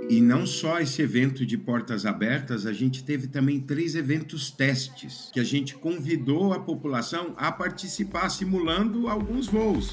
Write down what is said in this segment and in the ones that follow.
E não só esse evento de portas abertas, a gente teve também 3 eventos testes, que a gente convidou a população a participar, simulando alguns voos.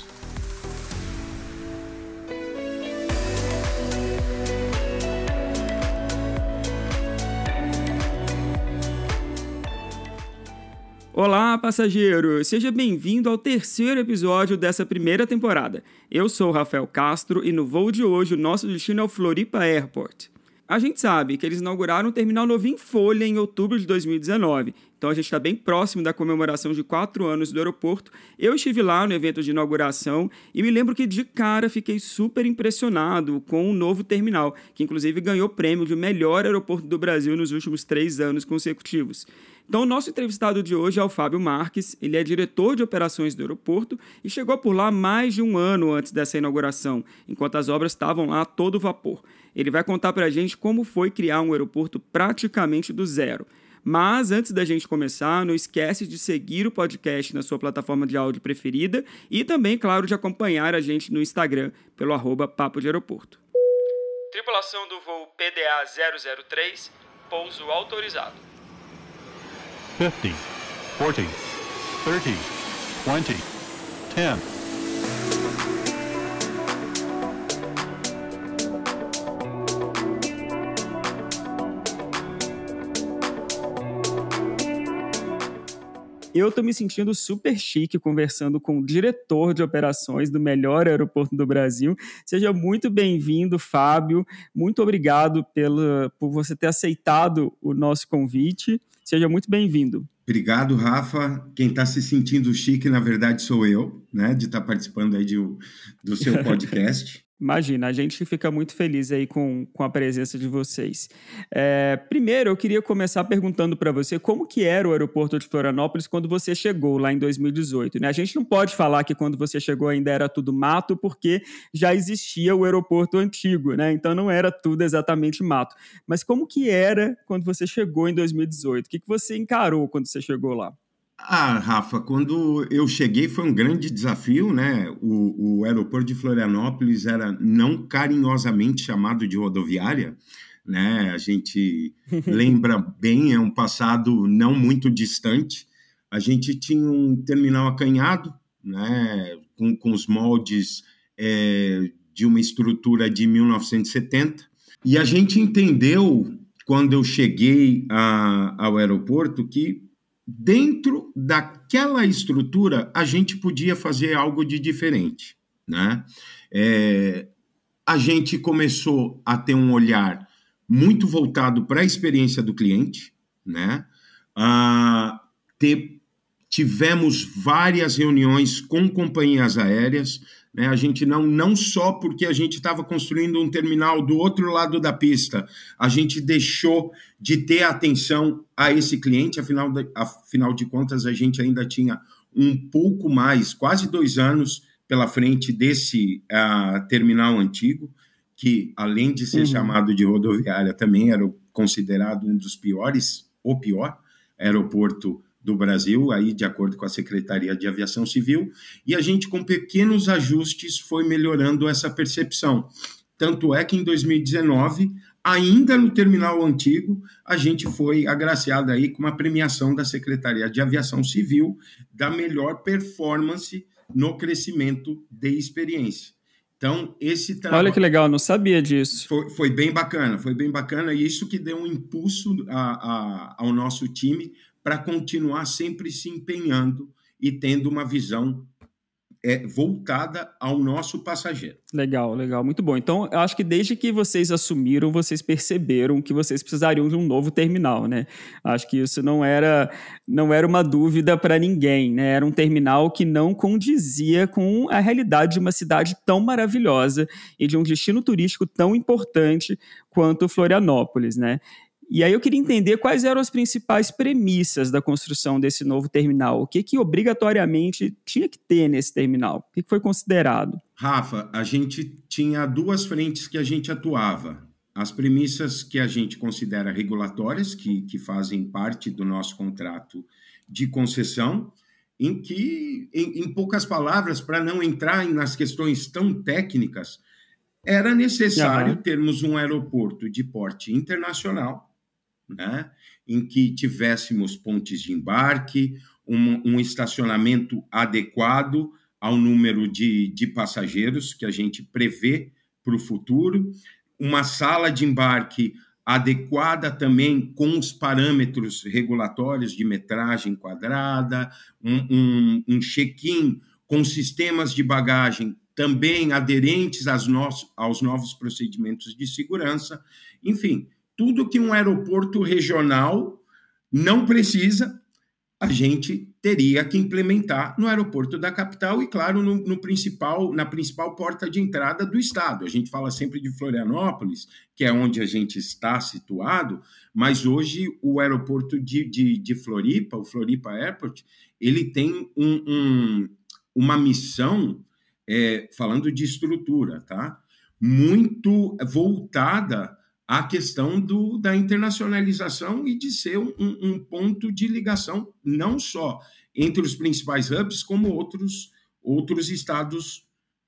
Olá, passageiro! Seja bem-vindo ao terceiro episódio dessa primeira temporada. Eu sou o Rafael Castro e no voo de hoje o nosso destino é o Floripa Airport. A gente sabe que eles inauguraram um terminal novo em folha em outubro de 2019, então a gente está bem próximo da comemoração de 4 anos do aeroporto. Eu estive lá no evento de inauguração e me lembro que de cara fiquei super impressionado com o novo terminal, que inclusive ganhou prêmio de melhor aeroporto do Brasil nos últimos 3 anos consecutivos. Então, o nosso entrevistado de hoje é o Fábio Marques, ele é diretor de operações do aeroporto e chegou por lá mais de um ano antes dessa inauguração, enquanto as obras estavam lá a todo vapor. Ele vai contar para a gente como foi criar um aeroporto praticamente do zero. Mas, antes da gente começar, não esquece de seguir o podcast na sua plataforma de áudio preferida e também, claro, de acompanhar a gente no Instagram pelo @Papo de Aeroporto. Tripulação do voo PDA 003, pouso autorizado. 50, 40, 30, 20, 10. Eu tô me sentindo super chique conversando com o diretor de operações do melhor aeroporto do Brasil. Seja muito bem-vindo, Fábio. Muito obrigado por você ter aceitado o nosso convite. Seja muito bem-vindo. Obrigado, Rafa. Quem está se sentindo chique, na verdade, sou eu, né, de estar participando aí do seu podcast. Imagina, a gente fica muito feliz aí com a presença de vocês. Primeiro, eu queria começar perguntando para você como que era o aeroporto de Florianópolis quando você chegou lá em 2018, né? A gente não pode falar que quando você chegou ainda era tudo mato, porque já existia o aeroporto antigo, né? Então não era tudo exatamente mato. Mas como que era quando você chegou em 2018? O que você encarou quando você chegou lá? Rafa, quando eu cheguei foi um grande desafio, né? O aeroporto de Florianópolis era não carinhosamente chamado de rodoviária, né? A gente lembra bem, é um passado não muito distante. A gente tinha um terminal acanhado, né? Com os moldes de uma estrutura de 1970. E a gente entendeu, quando eu cheguei ao aeroporto, que dentro daquela estrutura, a gente podia fazer algo de diferente, né? A gente começou a ter um olhar muito voltado para a experiência do cliente, né? Tivemos várias reuniões com companhias aéreas, né? A gente não só porque a gente estava construindo um terminal do outro lado da pista, a gente deixou de ter atenção a esse cliente, afinal de contas, a gente ainda tinha um pouco mais, quase 2 anos pela frente desse terminal antigo, que além de ser chamado de rodoviária, também era considerado um dos piores, o pior aeroporto do Brasil, aí de acordo com a Secretaria de Aviação Civil, e a gente, com pequenos ajustes, foi melhorando essa percepção. Tanto é que em 2019, ainda no terminal antigo, a gente foi agraciado aí com uma premiação da Secretaria de Aviação Civil da melhor performance no crescimento de experiência. Então, esse trabalho... Olha que legal, não sabia disso. Foi bem bacana, e isso que deu um impulso ao nosso time para continuar sempre se empenhando e tendo uma visão voltada ao nosso passageiro. Legal, muito bom. Então, eu acho que desde que vocês assumiram, vocês perceberam que vocês precisariam de um novo terminal, né? Acho que isso não era uma dúvida para ninguém, né? Era um terminal que não condizia com a realidade de uma cidade tão maravilhosa e de um destino turístico tão importante quanto Florianópolis, né? E aí eu queria entender quais eram as principais premissas da construção desse novo terminal. O que obrigatoriamente tinha que ter nesse terminal? O que foi considerado? Rafa, a gente tinha 2 frentes que a gente atuava. As premissas que a gente considera regulatórias, que fazem parte do nosso contrato de concessão, em que, em poucas palavras, para não entrar nas questões tão técnicas, era necessário termos um aeroporto de porte internacional, né, em que tivéssemos pontes de embarque, um estacionamento adequado ao número de passageiros que a gente prevê para o futuro, uma sala de embarque adequada também com os parâmetros regulatórios de metragem quadrada, um check-in com sistemas de bagagem também aderentes aos novos procedimentos de segurança. Enfim, tudo que um aeroporto regional não precisa, a gente teria que implementar no aeroporto da capital e, claro, na principal porta de entrada do estado. A gente fala sempre de Florianópolis, que é onde a gente está situado, mas hoje o aeroporto de Floripa, o Floripa Airport, ele tem uma missão, falando de estrutura, tá? Muito voltada a questão da internacionalização e de ser um ponto de ligação, não só entre os principais hubs, como outros estados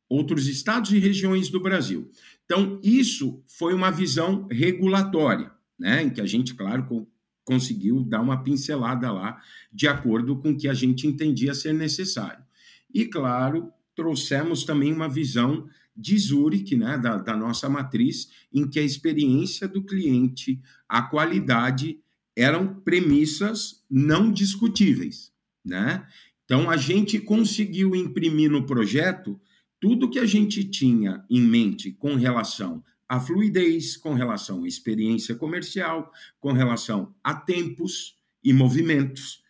e regiões do Brasil. Então, isso foi uma visão regulatória, né, em que a gente, claro, conseguiu dar uma pincelada lá, de acordo com o que a gente entendia ser necessário. E, claro, trouxemos também uma visão de Zurich, né, da nossa matriz, em que a experiência do cliente, a qualidade, eram premissas não discutíveis, né? Então, a gente conseguiu imprimir no projeto tudo que a gente tinha em mente com relação à fluidez, com relação à experiência comercial, com relação a tempos e movimentos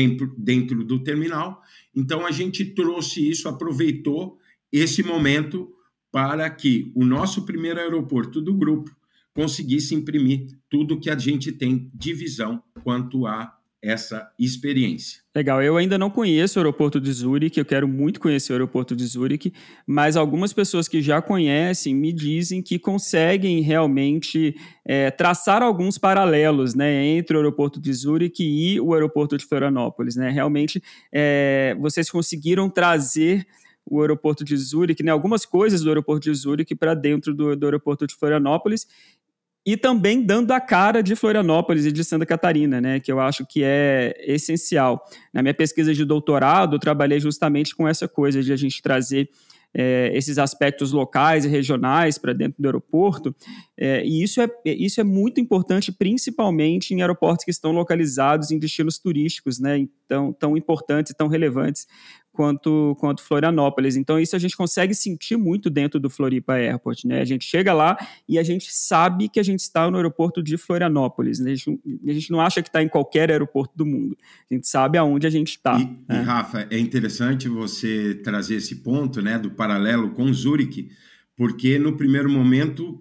dentro do terminal. Então, a gente trouxe isso, aproveitou esse momento para que o nosso primeiro aeroporto do grupo conseguisse imprimir tudo que a gente tem de visão quanto a essa experiência. Legal, eu ainda não conheço o aeroporto de Zurich, eu quero muito conhecer o aeroporto de Zurich, mas algumas pessoas que já conhecem me dizem que conseguem realmente traçar alguns paralelos, né, entre o aeroporto de Zurich e o aeroporto de Florianópolis, né? Realmente, vocês conseguiram trazer o aeroporto de Zurich, né, algumas coisas do aeroporto de Zurich para dentro do aeroporto de Florianópolis, e também dando a cara de Florianópolis e de Santa Catarina, né, que eu acho que é essencial. Na minha pesquisa de doutorado, eu trabalhei justamente com essa coisa de a gente trazer esses aspectos locais e regionais para dentro do aeroporto, e isso é muito importante, principalmente em aeroportos que estão localizados em destinos turísticos, né, tão importantes e tão relevantes quanto Florianópolis. Então, isso a gente consegue sentir muito dentro do Floripa Airport, né? A gente chega lá e a gente sabe que a gente está no aeroporto de Florianópolis, né? A gente não acha que está em qualquer aeroporto do mundo. A gente sabe aonde a gente está. E, Rafa, é interessante você trazer esse ponto, né, do paralelo com Zurich, porque no primeiro momento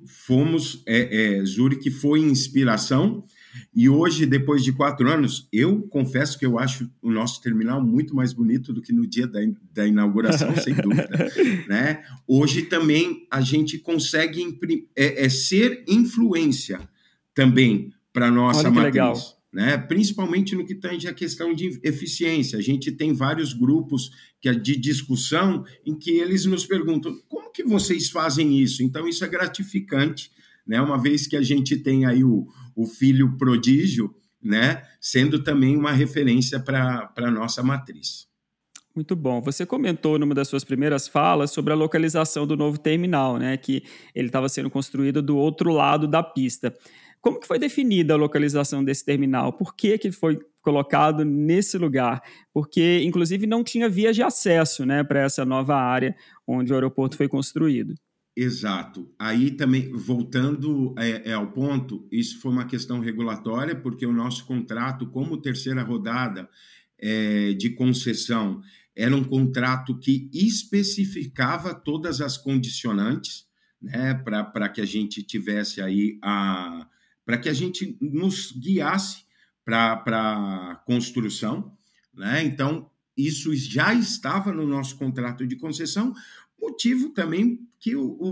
Zurich foi inspiração. E hoje, depois de 4 anos, eu confesso que eu acho o nosso terminal muito mais bonito do que no dia da inauguração, sem dúvida, né? Hoje também a gente consegue ser influência também para a nossa matriz. Legal. Né? Principalmente no que tange a questão de eficiência. A gente tem vários grupos de discussão em que eles nos perguntam como que vocês fazem isso? Então, isso é gratificante, né? Uma vez que a gente tem aí o filho prodígio, né, sendo também uma referência para a nossa matriz. Muito bom. Você comentou numa das suas primeiras falas sobre a localização do novo terminal, né, que ele estava sendo construído do outro lado da pista. Como que foi definida a localização desse terminal? Por que foi colocado nesse lugar? Porque, inclusive, não tinha vias de acesso, né, para essa nova área onde o aeroporto foi construído. Exato. Aí também, voltando ao ponto, isso foi uma questão regulatória, porque o nosso contrato, como terceira rodada de concessão, era um contrato que especificava todas as condicionantes, né, para que a gente tivesse aí para que a gente nos guiasse para a construção, né? Então, isso já estava no nosso contrato de concessão, motivo também que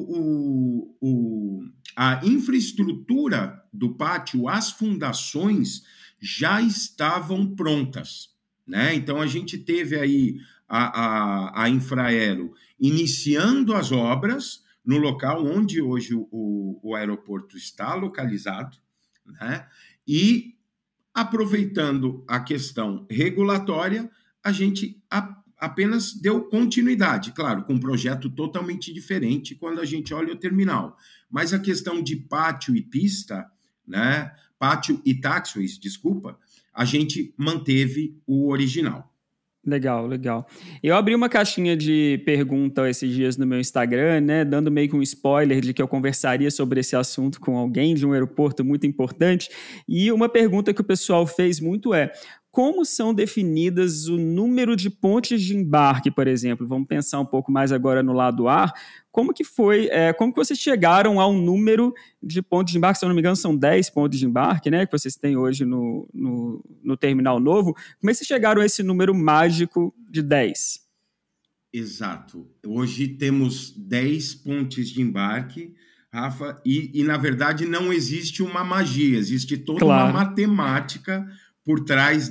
a infraestrutura do pátio, as fundações já estavam prontas, né? Então, a gente teve aí a Infraero iniciando as obras no local onde hoje o aeroporto está localizado, né? E aproveitando a questão regulatória, a gente apenas deu continuidade, claro, com um projeto totalmente diferente quando a gente olha o terminal. Mas a questão de pátio e pista, né? Pátio e taxiways, desculpa, a gente manteve o original. Legal, legal. Eu abri uma caixinha de pergunta esses dias no meu Instagram, né, dando meio que um spoiler de que eu conversaria sobre esse assunto com alguém de um aeroporto muito importante. E uma pergunta que o pessoal fez muito é: como são definidas o número de pontes de embarque, por exemplo? Vamos pensar um pouco mais agora no lado ar. Como que foi, como que vocês chegaram ao número de pontos de embarque? Se eu não me engano, são 10 pontos de embarque, né, que vocês têm hoje no terminal novo. Como é que vocês chegaram a esse número mágico de 10? Exato. Hoje temos 10 pontes de embarque, Rafa, e na verdade não existe uma magia, existe toda uma matemática por trás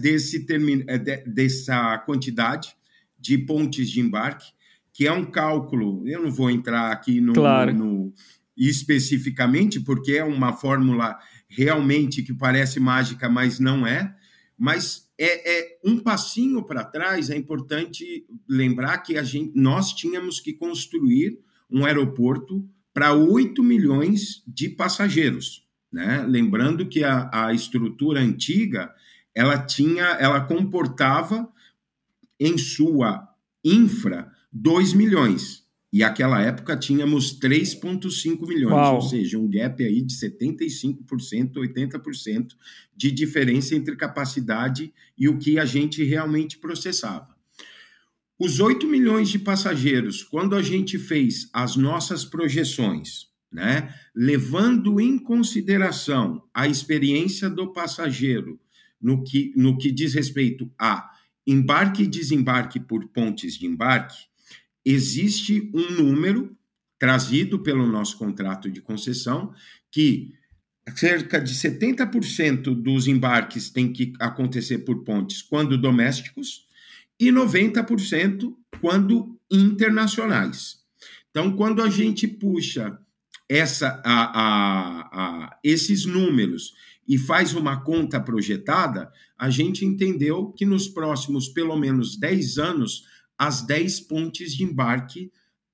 dessa quantidade de pontes de embarque, que é um cálculo, eu não vou entrar aqui especificamente, porque é uma fórmula realmente que parece mágica, mas não é. Mas um passinho para trás, é importante lembrar que nós tínhamos que construir um aeroporto para 8 milhões de passageiros, né? Lembrando que a estrutura antiga, ela comportava em sua infra 2 milhões. E naquela época tínhamos 3,5 milhões, Uau. Ou seja, um gap aí de 75%, 80% de diferença entre capacidade e o que a gente realmente processava. Os 8 milhões de passageiros, quando a gente fez as nossas projeções, né, levando em consideração a experiência do passageiro no que diz respeito a embarque e desembarque por pontes de embarque, existe um número trazido pelo nosso contrato de concessão que cerca de 70% dos embarques tem que acontecer por pontes quando domésticos e 90% quando internacionais. Então, quando a gente puxa esses números e faz uma conta projetada, a gente entendeu que nos próximos, pelo menos 10 anos, as 10 pontes de embarque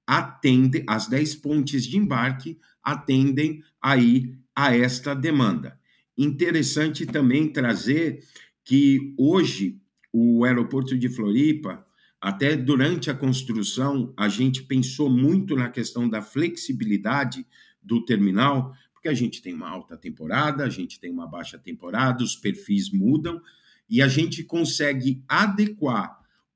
atendem aí a esta demanda. Interessante também trazer que hoje o aeroporto de Floripa, até durante a construção, a gente pensou muito na questão da flexibilidade do terminal, porque a gente tem uma alta temporada, a gente tem uma baixa temporada, os perfis mudam, e a gente consegue adequar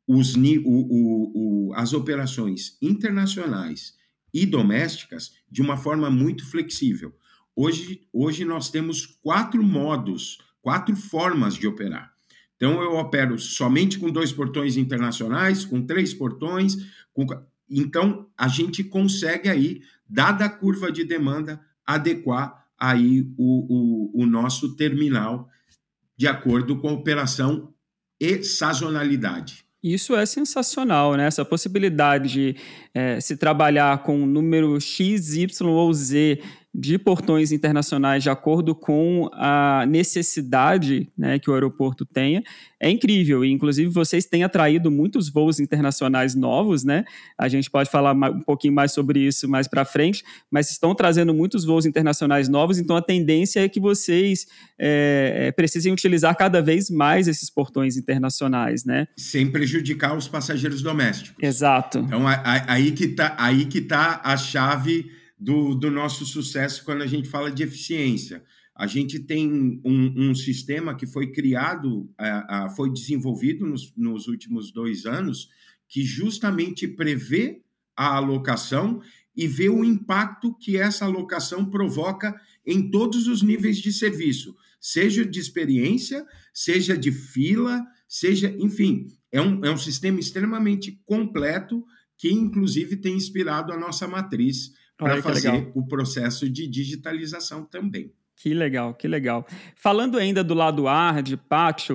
as operações internacionais e domésticas de uma forma muito flexível. Hoje nós temos 4 formas de operar. Então, eu opero somente com 2 portões internacionais, com 3 portões. Então, a gente consegue aí, dada a curva de demanda, adequar aí o nosso terminal de acordo com a operação e sazonalidade. Isso é sensacional, né? Essa possibilidade de se trabalhar com um número X, Y ou Z de portões internacionais de acordo com a necessidade, né, que o aeroporto tenha, é incrível. E, inclusive, vocês têm atraído muitos voos internacionais novos, né? A gente pode falar um pouquinho mais sobre isso mais para frente, mas estão trazendo muitos voos internacionais novos, então a tendência é que vocês precisem utilizar cada vez mais esses portões internacionais, né? Sem prejudicar os passageiros domésticos. Exato. Então, aí que tá a chave do nosso sucesso quando a gente fala de eficiência. A gente tem um sistema que foi criado, foi desenvolvido nos últimos 2 anos, que justamente prevê a alocação e vê o impacto que essa alocação provoca em todos os níveis de serviço, seja de experiência, seja de fila, enfim, é um sistema extremamente completo que, inclusive, tem inspirado a nossa matriz para fazer o processo de digitalização também. Que legal, que legal. Falando ainda do lado ar, de pátio,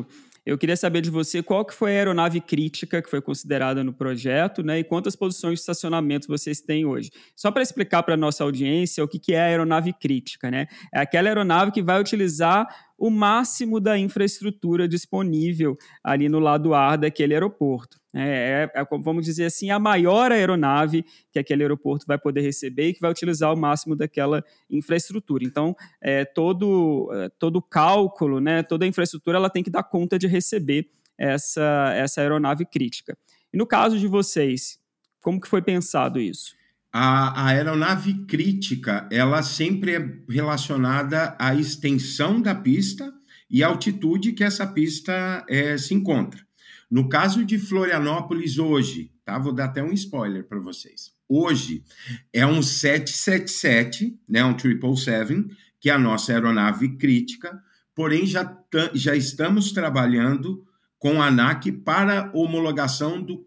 eu queria saber de você qual que foi a aeronave crítica que foi considerada no projeto, né, e quantas posições de estacionamento vocês têm hoje. Só para explicar para a nossa audiência o que é a aeronave crítica, né? É aquela aeronave que vai utilizar o máximo da infraestrutura disponível ali no lado ar daquele aeroporto. Vamos dizer assim, a maior aeronave que aquele aeroporto vai poder receber e que vai utilizar o máximo daquela infraestrutura. Então, todo o cálculo, né, toda a infraestrutura, ela tem que dar conta de receber essa aeronave crítica. E no caso de vocês, como que foi pensado isso? A aeronave crítica, ela sempre é relacionada à extensão da pista e à altitude que essa pista se encontra. No caso de Florianópolis hoje, tá? Vou dar até um spoiler para vocês. Hoje é um 777, né? Um 777, que é a nossa aeronave crítica, porém já estamos trabalhando com a ANAC para homologação do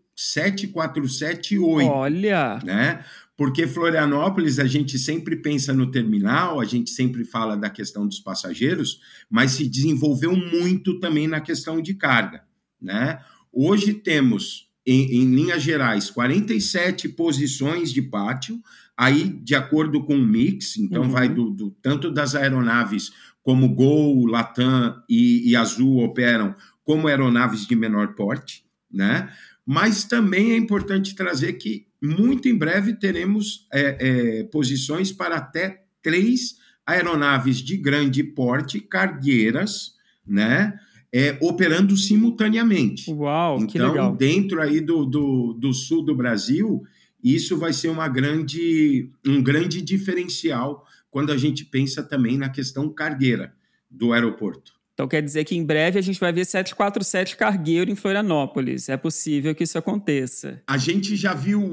747-8. Olha! Né? Porque Florianópolis, a gente sempre pensa no terminal, a gente sempre fala da questão dos passageiros, mas se desenvolveu muito também na questão de carga, né? Hoje temos, em linhas gerais, 47 posições de pátio, aí de acordo com o mix, então vai tanto das aeronaves como Gol, Latam e Azul operam como aeronaves de menor porte, né? Mas também é importante trazer que muito em breve teremos posições para até 3 aeronaves de grande porte, cargueiras, né, operando simultaneamente. Uau, então, que legal. Então, dentro aí do sul do Brasil, isso vai ser um grande diferencial quando a gente pensa também na questão cargueira do aeroporto. Então quer dizer que em breve a gente vai ver 747 cargueiro em Florianópolis. É possível que isso aconteça. A gente já viu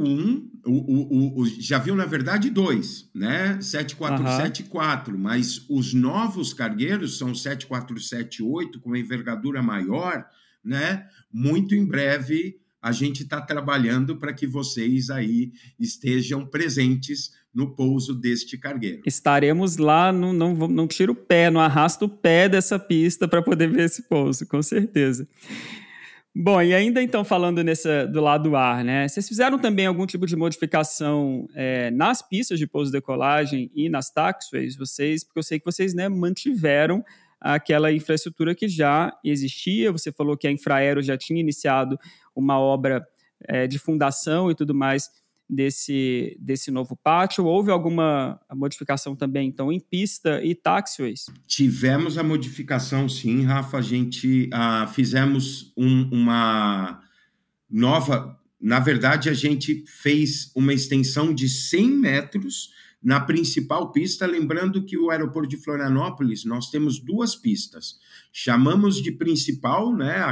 já viu, na verdade, 2, né? 747-4, mas os novos cargueiros são 747-8, com uma envergadura maior, né? Muito em breve a gente está trabalhando para que vocês aí estejam presentes no pouso deste cargueiro. Estaremos lá, não tira o pé, não arrasta o pé dessa pista para poder ver esse pouso, com certeza. Bom, e ainda então falando do lado ar, né? Vocês fizeram também algum tipo de modificação nas pistas de pouso e decolagem e nas taxiways? Porque eu sei que vocês, né, mantiveram aquela infraestrutura que já existia. Você falou que a Infraero já tinha iniciado uma obra de fundação e tudo mais desse novo pátio. Houve alguma modificação também, então, em pista e taxiways? Tivemos a modificação, sim, Rafa. A gente fizemos uma nova... Na verdade, a gente fez uma extensão de 100 metros na principal pista, lembrando que o aeroporto de Florianópolis, nós temos 2 pistas. Chamamos de principal, né, a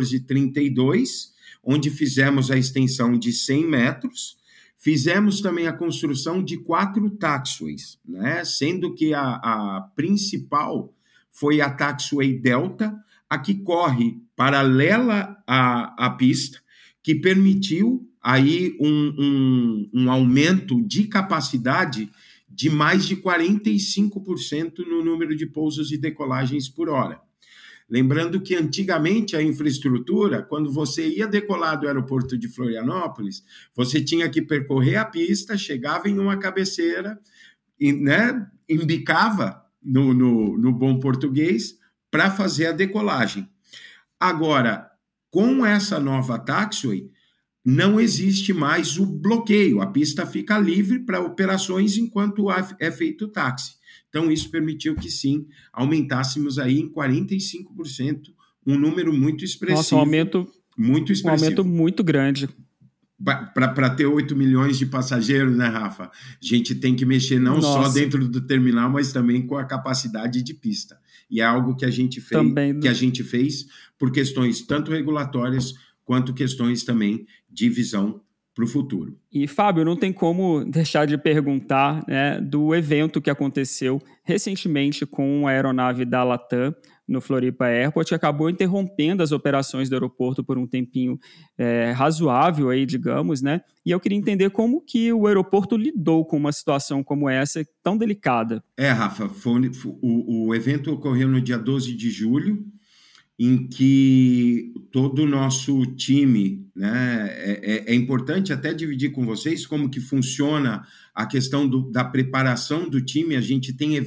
1432, onde fizemos a extensão de 100 metros. Fizemos também a construção de 4 taxiways, né, sendo que a principal foi a taxiway Delta, a que corre paralela à pista, que permitiu aí um aumento de capacidade de mais de 45% no número de pousos e decolagens por hora. Lembrando que antigamente a infraestrutura, quando você ia decolar do aeroporto de Florianópolis, você tinha que percorrer a pista, chegava em uma cabeceira, e, né, embicava no bom português para fazer a decolagem. Agora, com essa nova taxiway, não existe mais o bloqueio, a pista fica livre para operações enquanto é feito o táxi. Então, isso permitiu que, sim, aumentássemos aí em 45%, um número muito expressivo. Nossa, um aumento muito grande. Para ter 8 milhões de passageiros, né, Rafa? A gente tem que mexer não só dentro do terminal, mas também com a capacidade de pista. E é algo que a gente fez por questões tanto regulatórias quanto questões também de visão para o futuro. E, Fábio, não tem como deixar de perguntar, né, do evento que aconteceu recentemente com a aeronave da Latam no Floripa Airport, que acabou interrompendo as operações do aeroporto por um tempinho razoável, aí, digamos, né? E eu queria entender como que o aeroporto lidou com uma situação como essa, tão delicada. Rafa, o evento ocorreu no dia 12 de julho, em que todo o nosso time, né, é importante até dividir com vocês como que funciona a questão da preparação do time. A gente tem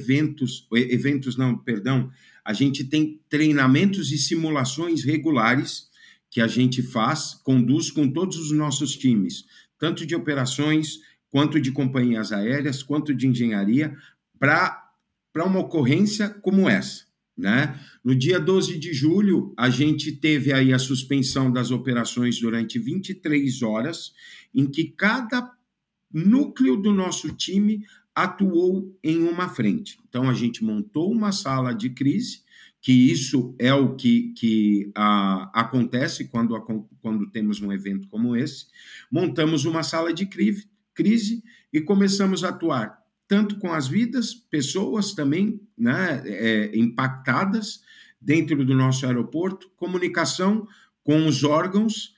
a gente tem treinamentos e simulações regulares que a gente conduz com todos os nossos times, tanto de operações, quanto de companhias aéreas, quanto de engenharia, para uma ocorrência como essa, né? No dia 12 de julho, a gente teve aí a suspensão das operações durante 23 horas, em que cada núcleo do nosso time atuou em uma frente. Então, a gente montou uma sala de crise, que isso é o que acontece quando temos um evento como esse. Montamos uma sala de crise e começamos a atuar tanto com as vidas, pessoas também, né, impactadas dentro do nosso aeroporto, comunicação com os órgãos,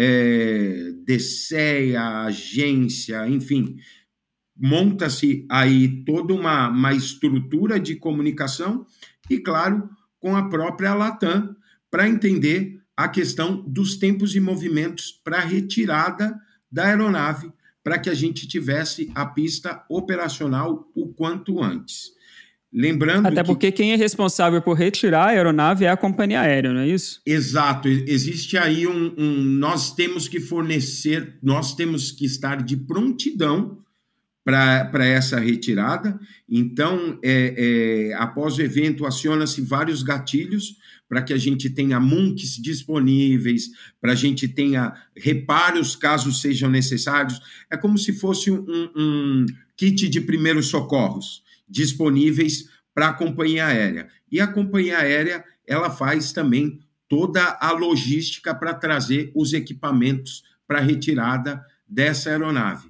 DCEA, agência, enfim, monta-se aí toda uma estrutura de comunicação e, claro, com a própria Latam, para entender a questão dos tempos e movimentos para a retirada da aeronave, para que a gente tivesse a pista operacional o quanto antes. Lembrando Até porque quem é responsável por retirar a aeronave é a companhia aérea, não é isso? Exato. Existe aí nós temos que fornecer, nós temos que estar de prontidão para essa retirada. Então, após o evento, aciona-se vários gatilhos para que a gente tenha MUNCs disponíveis, para a gente tenha reparos caso sejam necessários. É como se fosse um kit de primeiros socorros disponíveis para a companhia aérea. E a companhia aérea, ela faz também toda a logística para trazer os equipamentos para a retirada dessa aeronave.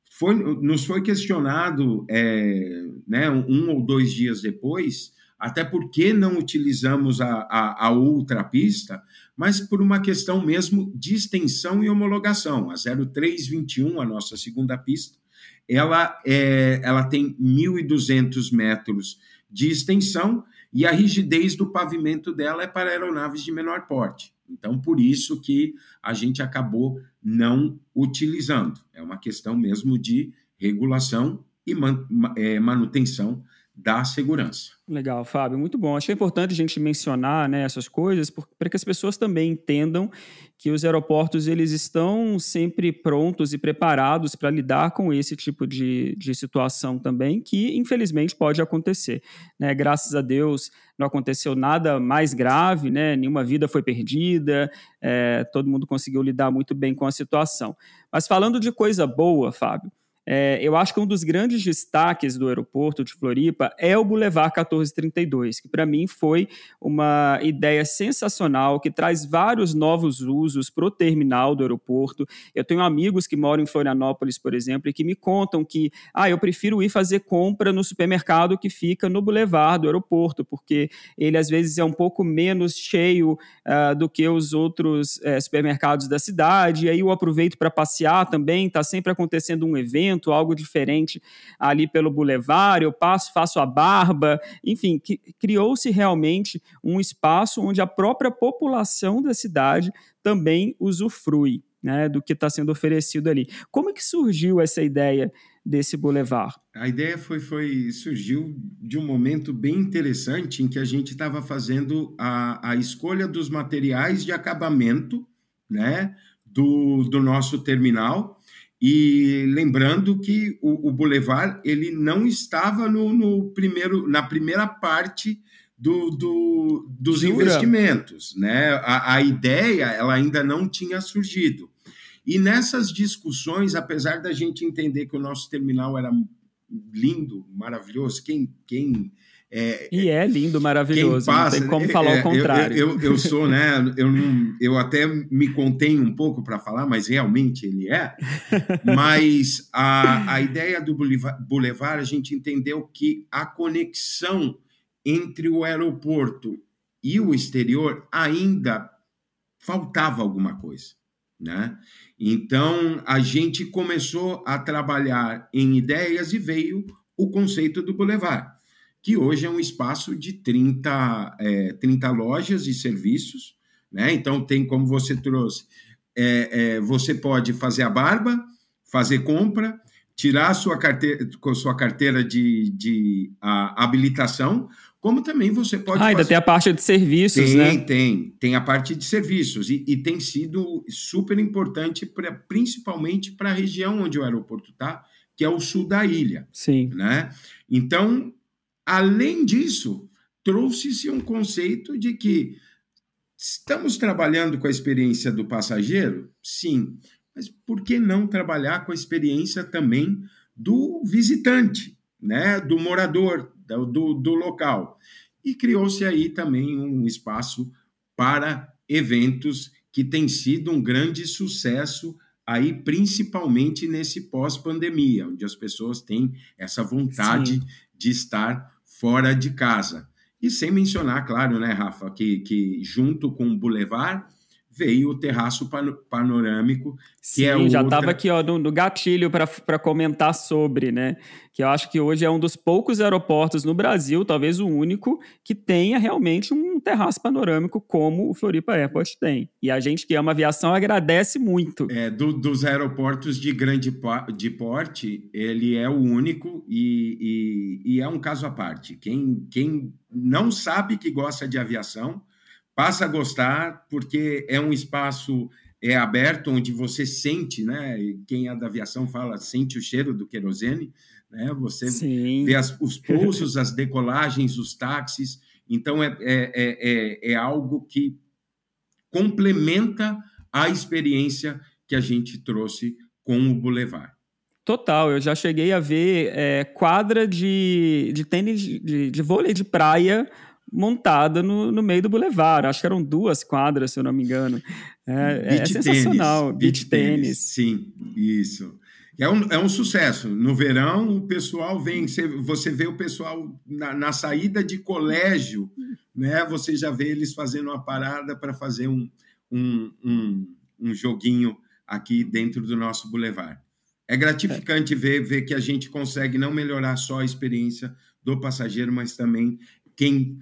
Nos foi questionado, né, 1 ou 2 dias depois, até por que não utilizamos a outra pista, mas por uma questão mesmo de extensão e homologação. A 0321, a nossa segunda pista, ela tem 1.200 metros de extensão e a rigidez do pavimento dela é para aeronaves de menor porte. Então, por isso que a gente acabou não utilizando. É uma questão mesmo de regulação e manutenção da segurança. Legal, Fábio, muito bom. Acho que é importante a gente mencionar, né, essas coisas para que as pessoas também entendam que os aeroportos eles estão sempre prontos e preparados para lidar com esse tipo de situação também, que infelizmente pode acontecer, né? Graças a Deus não aconteceu nada mais grave, né? Nenhuma vida foi perdida, todo mundo conseguiu lidar muito bem com a situação. Mas falando de coisa boa, Fábio, eu acho que um dos grandes destaques do aeroporto de Floripa é o Boulevard 1432, que para mim foi uma ideia sensacional, que traz vários novos usos para o terminal do aeroporto. Eu tenho amigos que moram em Florianópolis, por exemplo, e que me contam que eu prefiro ir fazer compra no supermercado que fica no Boulevard do aeroporto, porque ele às vezes é um pouco menos cheio do que os outros supermercados da cidade, e aí eu aproveito para passear também, está sempre acontecendo um evento, algo diferente ali pelo Boulevard, eu faço a barba, enfim, criou-se realmente um espaço onde a própria população da cidade também usufrui, né, do que está sendo oferecido ali. Como é que surgiu essa ideia desse Boulevard? A ideia surgiu de um momento bem interessante em que a gente estava fazendo a escolha dos materiais de acabamento, né, do nosso terminal. E lembrando que o Boulevard ele não estava na primeira parte dos investimentos, né? A ideia ela ainda não tinha surgido. E nessas discussões, apesar da gente entender que o nosso terminal era lindo, maravilhoso, é lindo, maravilhoso, passa, não tem como falar o contrário. Eu sou, né? Eu até me contenho um pouco para falar, mas realmente ele é. Mas a ideia do Boulevard, a gente entendeu que a conexão entre o aeroporto e o exterior ainda faltava alguma coisa, né? Então, a gente começou a trabalhar em ideias e veio o conceito do Boulevard. que hoje é um espaço de 30 lojas e serviços, né? Então, tem, como você trouxe, você pode fazer a barba, fazer compra, tirar a sua carteira de habilitação, como também você pode fazer... Ainda tem a parte de serviços, né? Tem a parte de serviços, e tem sido super importante, principalmente para a região onde o aeroporto está, que é o sul da ilha. Sim. Né? Então, além disso, trouxe-se um conceito de que estamos trabalhando com a experiência do passageiro? Sim, mas por que não trabalhar com a experiência também do visitante, né? Do morador, do local? E criou-se aí também um espaço para eventos que tem sido um grande sucesso aí, principalmente nesse pós-pandemia, onde as pessoas têm essa vontade de estar fora de casa. E sem mencionar, claro, né, Rafa, que junto com o Boulevard veio o terraço panorâmico, que já estava aqui no gatilho para comentar sobre, né? Que eu acho que hoje é um dos poucos aeroportos no Brasil, talvez o único, que tenha realmente um terraço panorâmico como o Floripa Airport tem. E a gente que ama aviação agradece muito. Dos aeroportos de grande porte, ele é o único e é um caso à parte. Quem não sabe que gosta de aviação, passa a gostar, porque é um espaço aberto, onde você sente, né? Quem é da aviação fala, sente o cheiro do querosene, né? Você vê os pousos, as decolagens, os táxis. Então, é algo que complementa a experiência que a gente trouxe com o Boulevard. Total, eu já cheguei a ver quadra de tênis, de vôlei de praia montada no meio do Boulevard. Acho que eram 2 quadras, se eu não me engano. É sensacional. Beach tênis. Sim, isso. É um sucesso. No verão, o pessoal vem, você vê o pessoal na saída de colégio, né? Você já vê eles fazendo uma parada para fazer um joguinho aqui dentro do nosso Boulevard. É gratificante ver que a gente consegue não melhorar só a experiência do passageiro, mas também quem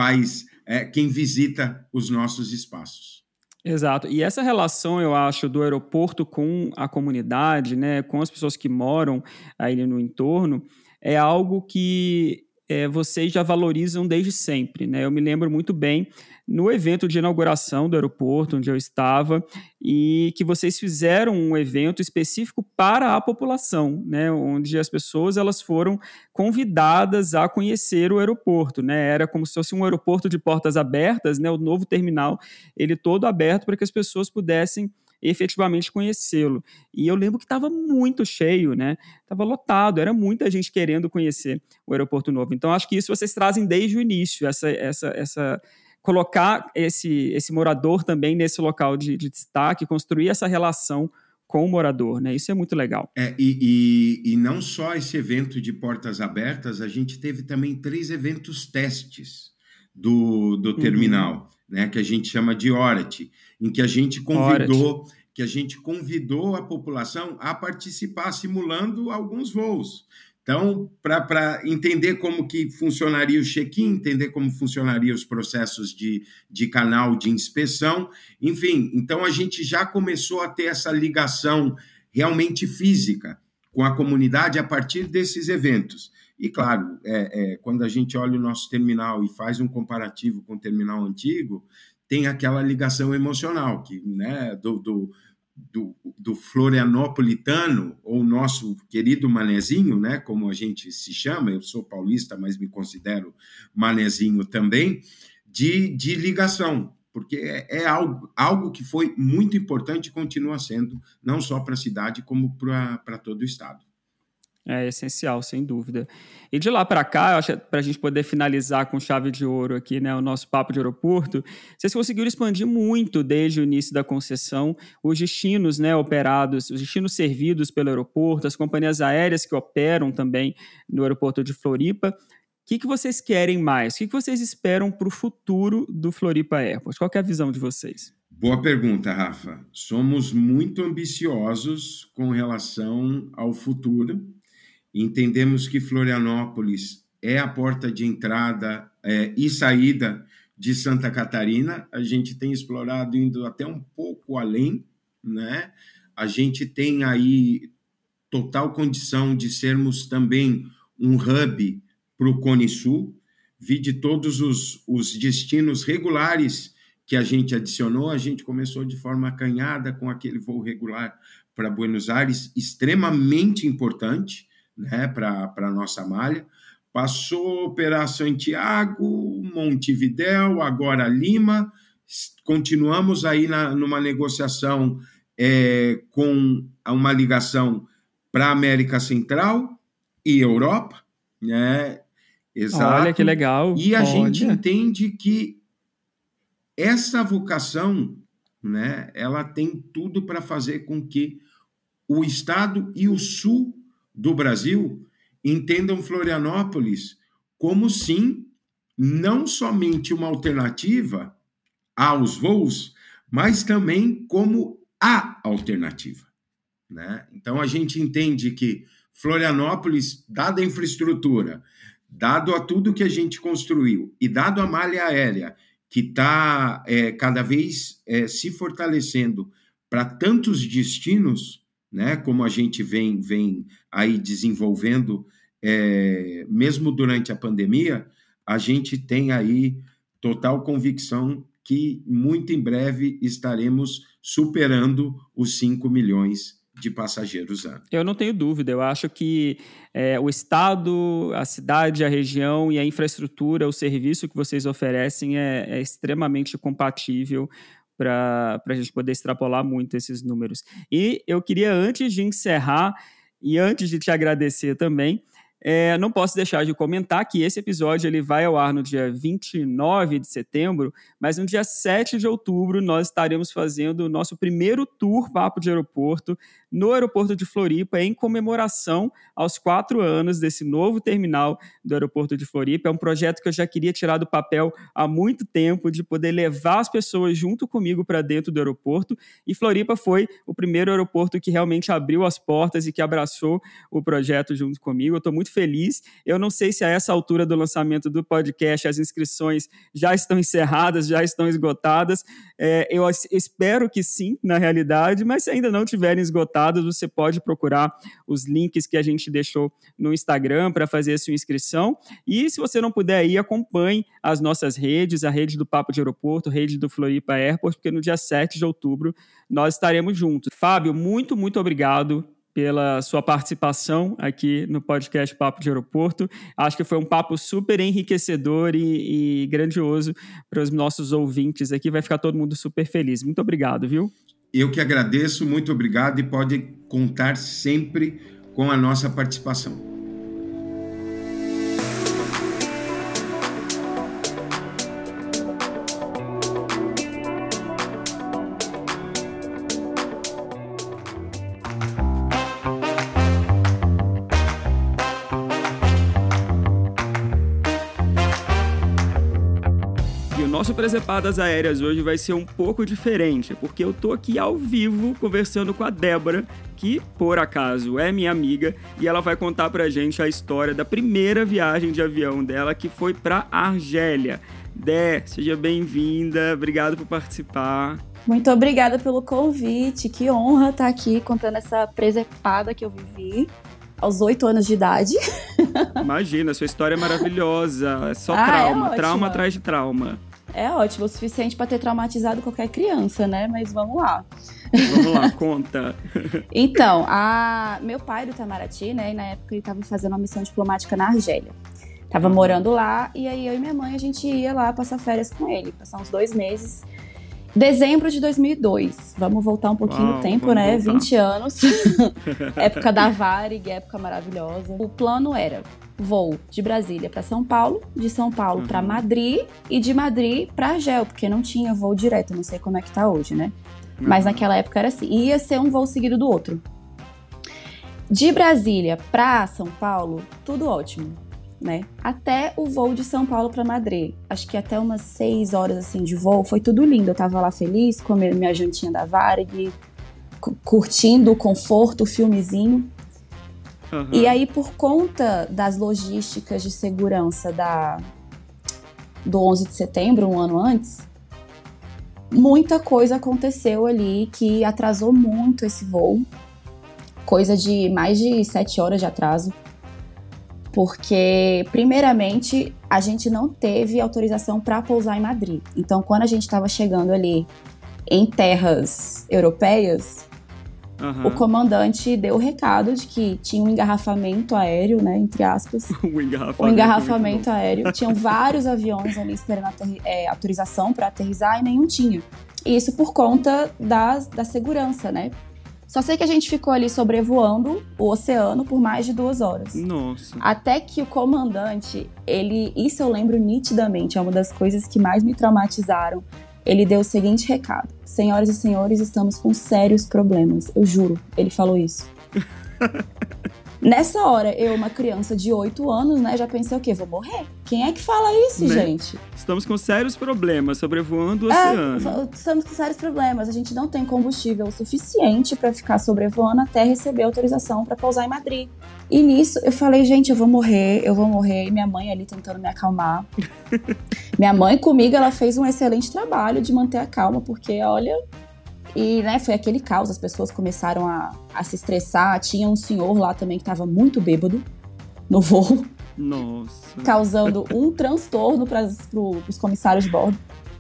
visita os nossos espaços. Exato. E essa relação, eu acho, do aeroporto com a comunidade, né, com as pessoas que moram aí no entorno, é algo que vocês já valorizam desde sempre, né? Eu me lembro muito bem no evento de inauguração do aeroporto, onde eu estava, e que vocês fizeram um evento específico para a população, né? Onde as pessoas elas foram convidadas a conhecer o aeroporto, né? Era como se fosse um aeroporto de portas abertas, né? O novo terminal, ele todo aberto para que as pessoas pudessem efetivamente conhecê-lo. E eu lembro que estava muito cheio, né? Estava lotado, era muita gente querendo conhecer o aeroporto novo. Então, acho que isso vocês trazem desde o início, colocar esse morador também nesse local de destaque, construir essa relação com o morador, né? Isso é muito legal. E não só esse evento de portas abertas, a gente teve também 3 eventos testes do terminal, né? Que a gente chama de Orate, em que a gente convidou a população a participar, simulando alguns voos. Então, para entender como que funcionaria o check-in, entender como funcionariam os processos de canal de inspeção, enfim. Então, a gente já começou a ter essa ligação realmente física com a comunidade a partir desses eventos. E, claro, quando a gente olha o nosso terminal e faz um comparativo com o terminal antigo, tem aquela ligação emocional, que, né, do florianopolitano, ou nosso querido manezinho, né, como a gente se chama, eu sou paulista, mas me considero manezinho também, de ligação, porque é algo que foi muito importante e continua sendo, não só para a cidade, como para todo o estado. É essencial, sem dúvida. E de lá para cá, eu acho, para a gente poder finalizar com chave de ouro aqui, né, o nosso papo de aeroporto, vocês conseguiram expandir muito desde o início da concessão os destinos, né, operados, os destinos servidos pelo aeroporto, as companhias aéreas que operam também no aeroporto de Floripa. O que vocês querem mais? O que vocês esperam para o futuro do Floripa Airport? Qual que é a visão de vocês? Boa pergunta, Rafa. Somos muito ambiciosos com relação ao futuro. Entendemos que Florianópolis é a porta de entrada e saída de Santa Catarina. A gente tem explorado indo até um pouco além, né? A gente tem aí total condição de sermos também um hub para o Cone Sul. Vide todos os destinos regulares que a gente adicionou. A gente começou de forma acanhada com aquele voo regular para Buenos Aires, extremamente importante, né, para a nossa malha. Passou a operar Santiago, Montevidéu, agora Lima. Continuamos aí numa negociação com uma ligação para a América Central e Europa, né? Exato. Olha que legal. E a gente entende que essa vocação, né, ela tem tudo para fazer com que o estado e o sul do Brasil entendam Florianópolis como, sim, não somente uma alternativa aos voos, mas também como a alternativa, né? Então, a gente entende que Florianópolis, dada a infraestrutura, dado a tudo que a gente construiu e dado a malha aérea, que está cada vez se fortalecendo para tantos destinos, né, como a gente vem aí desenvolvendo, mesmo durante a pandemia, a gente tem aí total convicção que muito em breve estaremos superando os 5 milhões de passageiros ano. Eu não tenho dúvida, eu acho que o estado, a cidade, a região e a infraestrutura, o serviço que vocês oferecem é extremamente compatível para a gente poder extrapolar muito esses números. E eu queria, antes de encerrar e antes de te agradecer também, não posso deixar de comentar que esse episódio ele vai ao ar no dia 29 de setembro, mas no dia 7 de outubro nós estaremos fazendo o nosso primeiro tour Papo de Aeroporto no aeroporto de Floripa, em comemoração aos 4 anos desse novo terminal do aeroporto de Floripa. É um projeto que eu já queria tirar do papel há muito tempo, de poder levar as pessoas junto comigo para dentro do aeroporto, e Floripa foi o primeiro aeroporto que realmente abriu as portas e que abraçou o projeto junto comigo. Eu estou muito feliz. Eu não sei se a essa altura do lançamento do podcast as inscrições já estão encerradas, já estão esgotadas. Eu espero que sim, na realidade, mas se ainda não tiverem esgotadas, você pode procurar os links que a gente deixou no Instagram para fazer a sua inscrição. E se você não puder ir, acompanhe as nossas redes, a rede do Papo de Aeroporto, a rede do Floripa Airport, porque no dia 7 de outubro nós estaremos juntos. Fábio, muito, muito obrigado pela sua participação aqui no podcast Papo de Aeroporto. Acho que foi um papo super enriquecedor e grandioso para os nossos ouvintes aqui. Vai ficar todo mundo super feliz. Muito obrigado, viu? Eu que agradeço, muito obrigado, e pode contar sempre com a nossa participação. Nosso Presepadas Aéreas hoje vai ser um pouco diferente, porque eu tô aqui ao vivo conversando com a Débora, que, por acaso, é minha amiga, e ela vai contar pra gente a história da primeira viagem de avião dela, que foi pra Argélia. Dé, seja bem-vinda, obrigado por participar. Muito obrigada pelo convite, que honra estar aqui contando essa presepada que eu vivi aos 8 anos de idade. Imagina, sua história é maravilhosa, é só trauma, trauma atrás de trauma. É ótimo, o suficiente para ter traumatizado qualquer criança, né? Mas vamos lá. Vamos lá, conta. Então, meu pai do Itamaraty, né? E na época ele estava fazendo uma missão diplomática na Argélia. Tava morando lá, e aí eu e minha mãe, a gente ia lá passar férias com ele, passar uns 2 meses. Dezembro de 2002. Vamos voltar um pouquinho no tempo, né? Voltar. 20 anos. Época da Varig, época maravilhosa. O plano era voo de Brasília para São Paulo, de São Paulo para Madrid e de Madrid para Argel, porque não tinha voo direto, não sei como é que tá hoje, né? Mas naquela época era assim. Ia ser um voo seguido do outro. De Brasília para São Paulo, tudo ótimo, né? Até o voo de São Paulo para Madrid. Acho que até umas 6 horas assim de voo, foi tudo lindo. Eu tava lá feliz, comendo minha jantinha da Varig, curtindo o conforto, o filmezinho. Aham. E aí, por conta das logísticas de segurança do 11 de setembro, um ano antes, muita coisa aconteceu ali que atrasou muito esse voo. Coisa de mais de 7 horas de atraso. Porque, primeiramente, a gente não teve autorização para pousar em Madrid. Então, quando a gente estava chegando ali em terras europeias, Aham. o comandante deu o recado de que tinha um engarrafamento aéreo, né, entre aspas. O engarrafamento. Um engarrafamento aéreo. Tinham vários aviões ali esperando autorização para aterrissar e nenhum tinha. E isso por conta da segurança, né? Só sei que a gente ficou ali sobrevoando o oceano por mais de 2 horas. Nossa. Até que o comandante, isso eu lembro nitidamente, é uma das coisas que mais me traumatizaram. Ele deu o seguinte recado: senhoras e senhores, estamos com sérios problemas. Eu juro, ele falou isso. Nessa hora, eu, uma criança de 8 anos, né, já pensei o quê? Vou morrer. Quem é que fala isso, Né? gente? Estamos com sérios problemas sobrevoando o oceano. Estamos com sérios problemas. A gente não tem combustível suficiente para ficar sobrevoando até receber autorização para pousar em Madrid. E nisso, eu falei, gente, eu vou morrer. E minha mãe ali tentando me acalmar. Minha mãe comigo, ela fez um excelente trabalho de manter a calma, porque, olha... E, né, foi aquele caos, as pessoas começaram a se estressar. Tinha um senhor lá também que estava muito bêbado no voo. Nossa. Causando um transtorno para os comissários de bordo.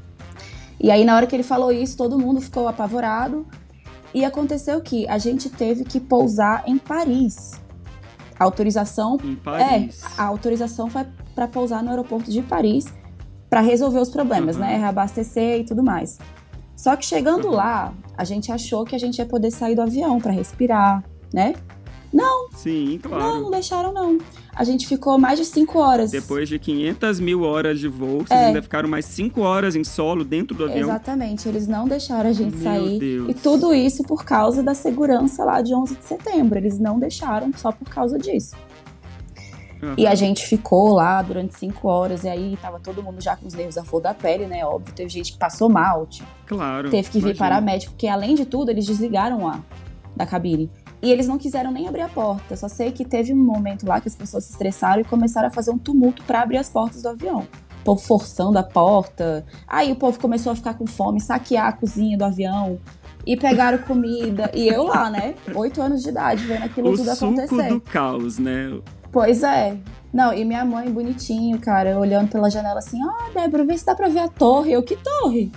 E aí, na hora que ele falou isso, todo mundo ficou apavorado. E aconteceu que a gente teve que pousar em Paris. A autorização... Em Paris. A autorização foi para pousar no aeroporto de Paris para resolver os problemas, Uhum. né? Reabastecer e tudo mais. Só que chegando lá, a gente achou que a gente ia poder sair do avião para respirar, né? Não, Sim, claro. não deixaram não. A gente ficou mais de 5 horas. Depois de 500 mil horas de voo, vocês ainda ficaram mais 5 horas em solo dentro do avião. Exatamente, eles não deixaram a gente Meu sair. Deus. E tudo isso por causa da segurança lá de 11 de setembro. Eles não deixaram só por causa disso. Uhum. E a gente ficou lá durante 5 horas, e aí tava todo mundo já com os nervos à flor da pele, né? Óbvio, teve gente que passou mal, Claro. teve que vir imagina. paramédico, porque além de tudo, eles desligaram o ar da cabine. E eles não quiseram nem abrir a porta. Só sei que teve um momento lá que as pessoas se estressaram e começaram a fazer um tumulto pra abrir as portas do avião. O povo forçando a porta. Aí o povo começou a ficar com fome, saquear a cozinha do avião. E pegaram comida. E eu lá, né? 8 anos de idade, vendo aquilo tudo O suco acontecer. do caos, né? Pois é. Não, e minha mãe, bonitinho, cara, olhando pela janela assim, Débora, vê se dá pra ver a torre. Eu, que torre?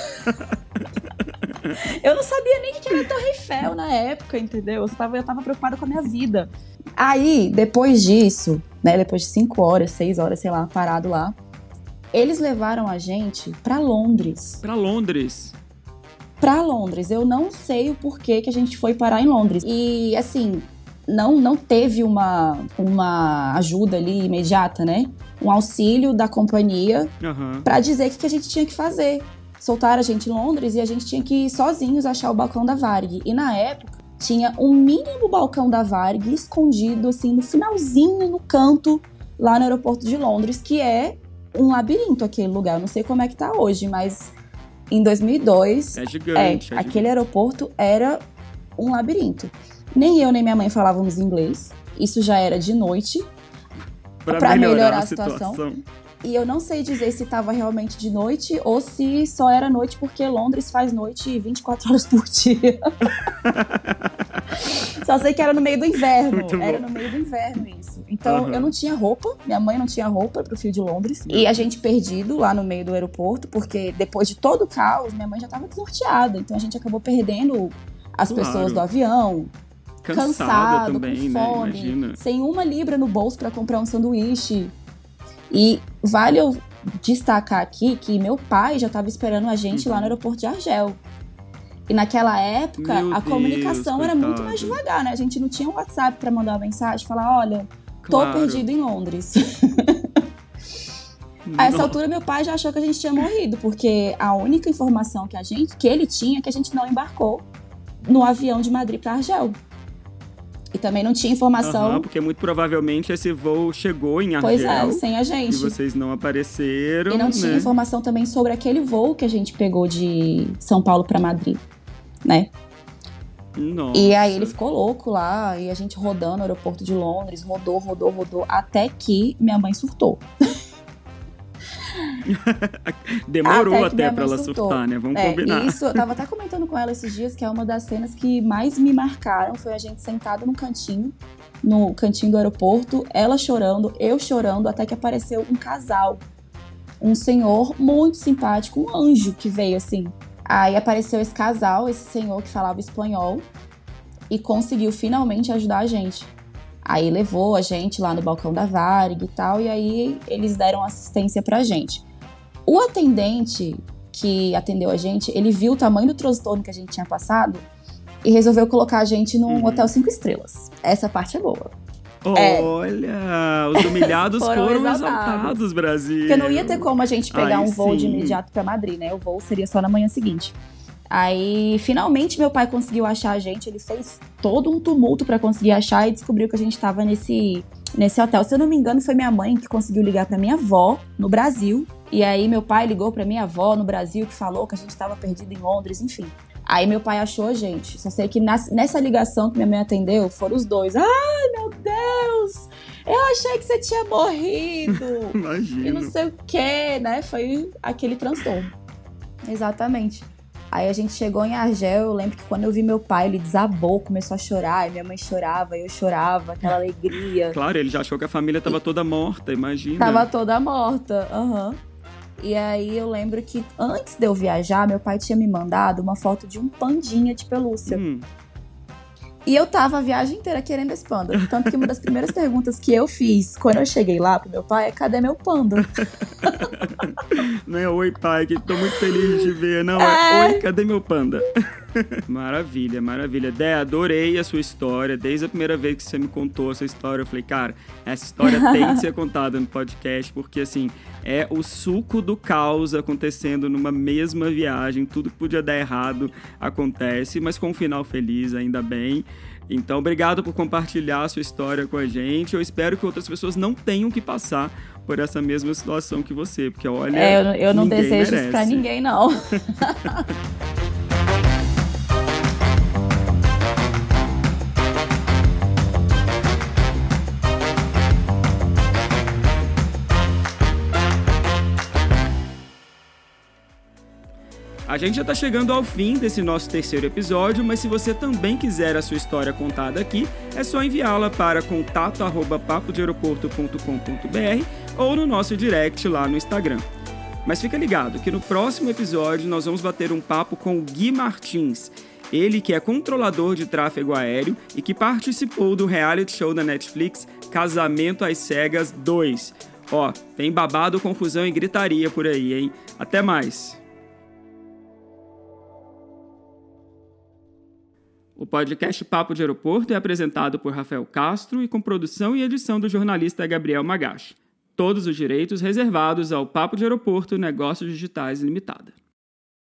Eu não sabia nem que era a Torre Eiffel na época, entendeu? Eu tava preocupada com a minha vida. Aí, depois disso, né, depois de 5 horas, 6 horas, sei lá, parado lá, eles levaram a gente pra Londres. Pra Londres. Pra Londres. Eu não sei o porquê que a gente foi parar em Londres. E, assim... Não teve uma ajuda ali imediata, né? Um auxílio da companhia Uhum. pra dizer o que a gente tinha que fazer. Soltaram a gente em Londres e a gente tinha que ir sozinhos achar o balcão da Varig. E na época, tinha um mínimo balcão da Varig escondido, assim, no finalzinho, no canto, lá no aeroporto de Londres, que é um labirinto aquele lugar. Eu não sei como é que tá hoje, mas em 2002... É gigante. aquele aeroporto era um labirinto. Nem eu nem minha mãe falávamos inglês. Isso já era de noite. Pra melhorar a situação. E eu não sei dizer se estava realmente de noite ou se só era noite porque Londres faz noite 24 horas por dia. Só sei que era no meio do inverno. Muito bom. Era no meio do inverno isso. Então eu não tinha roupa, minha mãe não tinha roupa pro frio de Londres. E a gente perdido lá no meio do aeroporto, porque depois de todo o caos, minha mãe já estava desnorteada. Então a gente acabou perdendo as pessoas do avião. Cansado, também, com né? fome, Imagina. sem 1 libra no bolso para comprar um sanduíche. E vale eu destacar aqui que meu pai já estava esperando a gente lá no aeroporto de Argel. E naquela época, Meu a Deus, comunicação era muito coitado. mais devagar, né? A gente não tinha um WhatsApp para mandar uma mensagem e falar, olha, tô Claro. perdido em Londres. A essa altura, meu pai já achou que a gente tinha morrido, porque a única informação que ele tinha é que a gente não embarcou no avião de Madrid para Argel. E também não tinha informação. Porque muito provavelmente esse voo chegou em Argel. Pois é, sem a gente. E vocês não apareceram, E não tinha né? informação também sobre aquele voo que a gente pegou de São Paulo para Madrid, né? Nossa. E aí ele ficou louco lá, e a gente rodando no aeroporto de Londres, rodou, até que minha mãe surtou. Demorou até pra ela surtar, né? Vamos combinar. Isso, eu tava até comentando com ela esses dias que é uma das cenas que mais me marcaram, foi a gente sentada no cantinho do aeroporto, ela chorando, eu chorando, até que apareceu um casal. Um senhor muito simpático, um anjo que veio assim. Aí apareceu esse casal, esse senhor que falava espanhol e conseguiu finalmente ajudar a gente. Aí levou a gente lá no balcão da Varig e tal, e aí eles deram assistência pra gente. O atendente que atendeu a gente, ele viu o tamanho do transtorno que a gente tinha passado e resolveu colocar a gente num hotel 5 estrelas. Essa parte é boa. Olha, os humilhados foram exaltados, Brasil. Porque não ia ter como a gente pegar um voo de sim. imediato pra Madrid, né? O voo seria só na manhã seguinte. Aí, finalmente, meu pai conseguiu achar a gente. Ele fez todo um tumulto pra conseguir achar e descobriu que a gente tava nesse hotel. Se eu não me engano, foi minha mãe que conseguiu ligar pra minha avó no Brasil. E aí, meu pai ligou pra minha avó no Brasil, que falou que a gente tava perdido em Londres, enfim. Aí, meu pai achou a gente. Só sei que nessa ligação que minha mãe atendeu, foram os dois. Ai, meu Deus! Eu achei que você tinha morrido! Imagina. E não sei o quê, né? Foi aquele transtorno. Exatamente. Aí a gente chegou em Argel, eu lembro que quando eu vi meu pai, ele desabou, começou a chorar, e minha mãe chorava, eu chorava, aquela alegria. Claro, ele já achou que a família tava toda morta, imagina. Tava toda morta, E aí eu lembro que antes de eu viajar, meu pai tinha me mandado uma foto de um pandinha de pelúcia. E eu tava a viagem inteira querendo esse panda. Tanto que uma das primeiras perguntas que eu fiz quando eu cheguei lá pro meu pai é: cadê meu panda? Não é oi, pai, que tô muito feliz de te ver. Não, é oi, cadê meu panda? Maravilha, maravilha. Dé, adorei a sua história. Desde a primeira vez que você me contou essa história, eu falei, cara, essa história tem que ser contada no podcast, porque assim, é o suco do caos acontecendo numa mesma viagem. Tudo que podia dar errado acontece, mas com um final feliz, ainda bem. Então, obrigado por compartilhar a sua história com a gente. Eu espero que outras pessoas não tenham que passar por essa mesma situação que você, porque olha, eu não desejo merece. isso pra ninguém, não. A gente já está chegando ao fim desse nosso terceiro episódio, mas se você também quiser a sua história contada aqui, é só enviá-la para contato@papodeaeroporto.com.br ou no nosso direct lá no Instagram. Mas fica ligado que no próximo episódio nós vamos bater um papo com o Gui Martins, ele que é controlador de tráfego aéreo e que participou do reality show da Netflix Casamento às Cegas 2. Ó, tem babado, confusão e gritaria por aí, hein? Até mais! O podcast Papo de Aeroporto é apresentado por Rafael Castro e com produção e edição do jornalista Gabriel Magashi. Todos os direitos reservados ao Papo de Aeroporto Negócios Digitais Limitada.